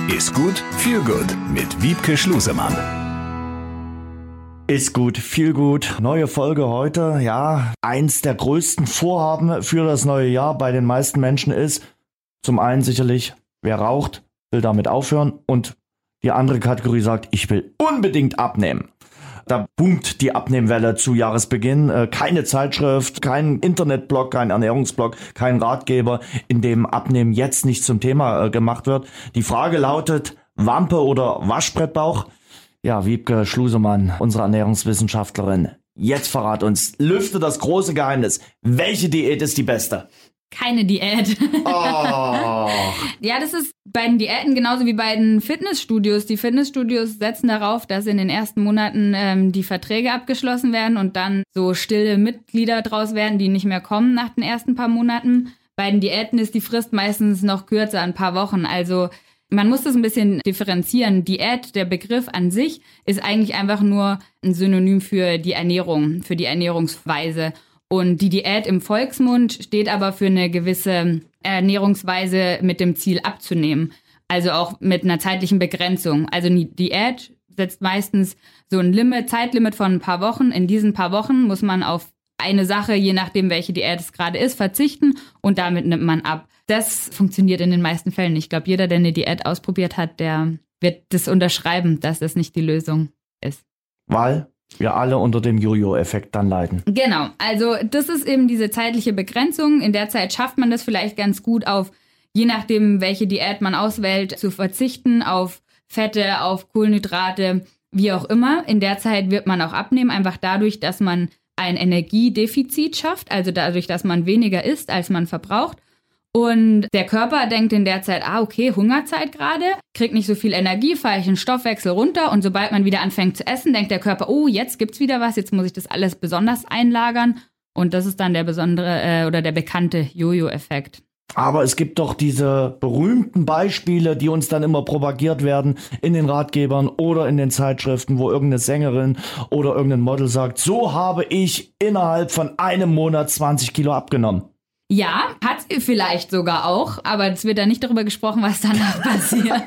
Ist gut, viel gut mit Wiebke Schlusemann. Ist gut, viel gut. Neue Folge heute. Ja, eins der größten Vorhaben für das neue Jahr bei den meisten Menschen ist zum einen sicherlich, wer raucht, will damit aufhören, und die andere Kategorie sagt, ich will unbedingt abnehmen. Da boomt die Abnehmwelle zu Jahresbeginn. Keine Zeitschrift, kein Internetblog, kein Ernährungsblog, kein Ratgeber, in dem Abnehmen jetzt nicht zum Thema gemacht wird. Die Frage lautet, Wampe oder Waschbrettbauch? Ja, Wiebke Schlusemann, unsere Ernährungswissenschaftlerin, jetzt verrat uns, lüfte das große Geheimnis. Welche Diät ist die beste? Keine Diät. Oh. Ja, das ist bei den Diäten genauso wie bei den Fitnessstudios. Die Fitnessstudios setzen darauf, dass in den ersten Monaten die Verträge abgeschlossen werden und dann so stille Mitglieder draus werden, die nicht mehr kommen nach den ersten paar Monaten. Bei den Diäten ist die Frist meistens noch kürzer, ein paar Wochen. Also man muss das ein bisschen differenzieren. Diät, der Begriff an sich, ist eigentlich einfach nur ein Synonym für die Ernährung, für die Ernährungsweise. Und die Diät im Volksmund steht aber für eine gewisse Ernährungsweise mit dem Ziel abzunehmen. Also auch mit einer zeitlichen Begrenzung. Also eine Diät setzt meistens so ein Zeitlimit von ein paar Wochen. In diesen paar Wochen muss man auf eine Sache, je nachdem welche Diät es gerade ist, verzichten und damit nimmt man ab. Das funktioniert in den meisten Fällen nicht. Ich glaube, jeder, der eine Diät ausprobiert hat, der wird das unterschreiben, dass das nicht die Lösung ist. Weil wir alle unter dem Jojo-Effekt dann leiden. Genau, also das ist eben diese zeitliche Begrenzung. In der Zeit schafft man das vielleicht ganz gut auf, je nachdem welche Diät man auswählt, zu verzichten auf Fette, auf Kohlenhydrate, wie auch immer. In der Zeit wird man auch abnehmen, einfach dadurch, dass man ein Energiedefizit schafft, also dadurch, dass man weniger isst, als man verbraucht. Und der Körper denkt in der Zeit, okay, Hungerzeit gerade, kriegt nicht so viel Energie, fahre ich den Stoffwechsel runter. Und sobald man wieder anfängt zu essen, denkt der Körper, jetzt gibt's wieder was, jetzt muss ich das alles besonders einlagern. Und das ist dann der besondere oder der bekannte Jojo-Effekt. Aber es gibt doch diese berühmten Beispiele, die uns dann immer propagiert werden in den Ratgebern oder in den Zeitschriften, wo irgendeine Sängerin oder irgendein Model sagt, so habe ich innerhalb von einem Monat 20 Kilo abgenommen. Ja, hat sie vielleicht sogar auch, aber es wird da nicht darüber gesprochen, was danach passiert.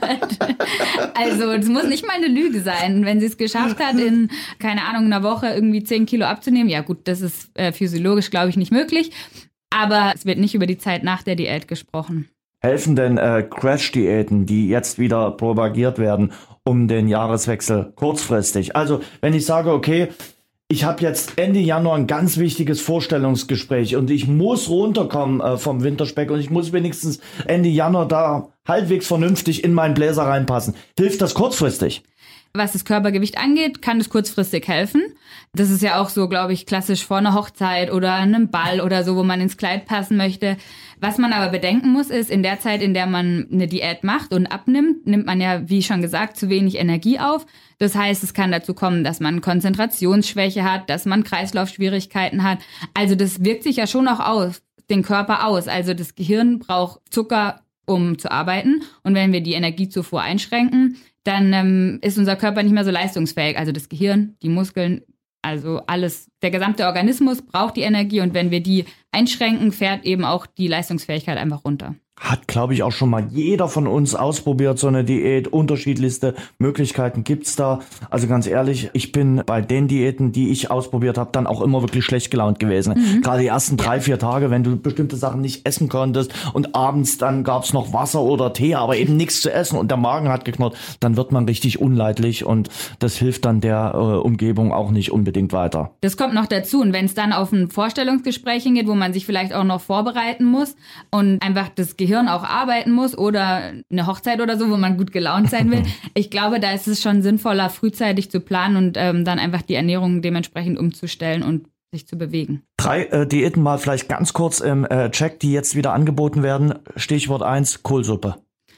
Also es muss nicht mal eine Lüge sein. Wenn sie es geschafft hat, in, keine Ahnung, einer Woche irgendwie 10 Kilo abzunehmen, ja gut, das ist physiologisch, glaube ich, nicht möglich. Aber es wird nicht über die Zeit nach der Diät gesprochen. Helfen denn Crash-Diäten, die jetzt wieder propagiert werden, um den Jahreswechsel kurzfristig? Also wenn ich sage, okay, ich habe jetzt Ende Januar ein ganz wichtiges Vorstellungsgespräch und ich muss runterkommen vom Winterspeck und ich muss wenigstens Ende Januar da halbwegs vernünftig in meinen Bläser reinpassen. Hilft das kurzfristig? Was das Körpergewicht angeht, kann das kurzfristig helfen. Das ist ja auch so, glaube ich, klassisch vor einer Hochzeit oder einem Ball oder so, wo man ins Kleid passen möchte. Was man aber bedenken muss, ist, in der Zeit, in der man eine Diät macht und abnimmt, nimmt man ja, wie schon gesagt, zu wenig Energie auf. Das heißt, es kann dazu kommen, dass man Konzentrationsschwäche hat, dass man Kreislaufschwierigkeiten hat. Also das wirkt sich ja schon auch auf den Körper aus. Also das Gehirn braucht Zucker, um zu arbeiten. Und wenn wir die Energiezufuhr einschränken, dann ist unser Körper nicht mehr so leistungsfähig. Also das Gehirn, die Muskeln, also alles, der gesamte Organismus braucht die Energie und wenn wir die einschränken, fährt eben auch die Leistungsfähigkeit einfach runter. Hat, glaube ich, auch schon mal jeder von uns ausprobiert, so eine Diät. Unterschiedlichste Möglichkeiten gibt's da. Also ganz ehrlich, ich bin bei den Diäten, die ich ausprobiert habe, dann auch immer wirklich schlecht gelaunt gewesen. Gerade die ersten 3-4 Tage, wenn du bestimmte Sachen nicht essen konntest und abends dann gab's noch Wasser oder Tee, aber eben nichts zu essen und der Magen hat geknurrt, dann wird man richtig unleidlich und das hilft dann der Umgebung auch nicht unbedingt weiter. Das kommt noch dazu und wenn es dann auf ein Vorstellungsgespräch hingeht, wo man sich vielleicht auch noch vorbereiten muss und einfach das Gehirn auch arbeiten muss oder eine Hochzeit oder so, wo man gut gelaunt sein will. Ich glaube, da ist es schon sinnvoller, frühzeitig zu planen und dann einfach die Ernährung dementsprechend umzustellen und sich zu bewegen. 3 Diäten mal vielleicht ganz kurz im Check, die jetzt wieder angeboten werden. Stichwort 1, Kohlsuppe.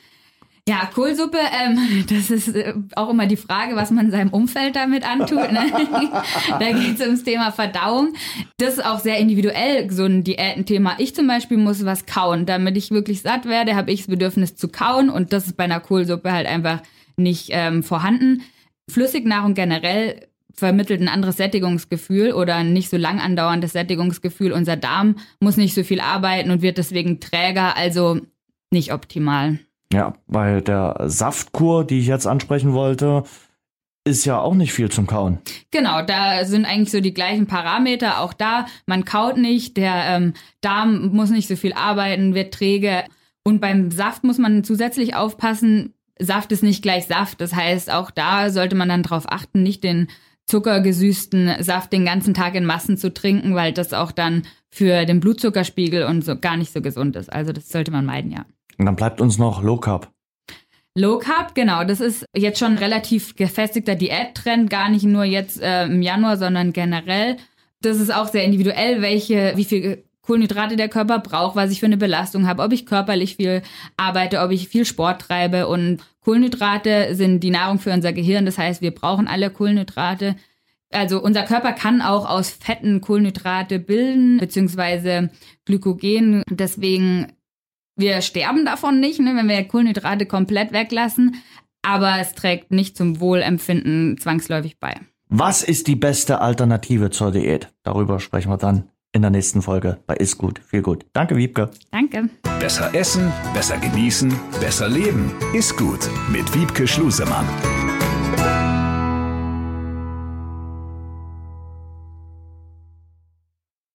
Ja, Kohlsuppe, das ist auch immer die Frage, was man seinem Umfeld damit antut. Ne? Da geht es ums Thema Verdauung. Das ist auch sehr individuell, so ein Diätenthema. Ich zum Beispiel muss was kauen. Damit ich wirklich satt werde, habe ich das Bedürfnis zu kauen und das ist bei einer Kohlsuppe halt einfach nicht vorhanden. Flüssignahrung generell vermittelt ein anderes Sättigungsgefühl oder ein nicht so lang andauerndes Sättigungsgefühl. Unser Darm muss nicht so viel arbeiten und wird deswegen träger, also nicht optimal. Ja, bei der Saftkur, die ich jetzt ansprechen wollte, ist ja auch nicht viel zum Kauen. Genau, da sind eigentlich so die gleichen Parameter. Auch da, man kaut nicht, der Darm muss nicht so viel arbeiten, wird träge. Und beim Saft muss man zusätzlich aufpassen, Saft ist nicht gleich Saft. Das heißt, auch da sollte man dann drauf achten, nicht den zuckergesüßten Saft den ganzen Tag in Massen zu trinken, weil das auch dann für den Blutzuckerspiegel und so gar nicht so gesund ist. Also das sollte man meiden, ja. Und dann bleibt uns noch Low Carb. Low Carb, genau, das ist jetzt schon ein relativ gefestigter Diättrend, gar nicht nur jetzt im Januar, sondern generell. Das ist auch sehr individuell, wie viel Kohlenhydrate der Körper braucht, was ich für eine Belastung habe, ob ich körperlich viel arbeite, ob ich viel Sport treibe. Und Kohlenhydrate sind die Nahrung für unser Gehirn, das heißt, wir brauchen alle Kohlenhydrate. Also unser Körper kann auch aus Fetten Kohlenhydrate bilden, beziehungsweise Glykogen. Deswegen wir sterben davon nicht, ne, wenn wir Kohlenhydrate komplett weglassen, aber es trägt nicht zum Wohlempfinden zwangsläufig bei. Was ist die beste Alternative zur Diät? Darüber sprechen wir dann in der nächsten Folge bei Ist gut, viel gut. Danke, Wiebke. Danke. Besser essen, besser genießen, besser leben. Ist gut mit Wiebke Schlusemann.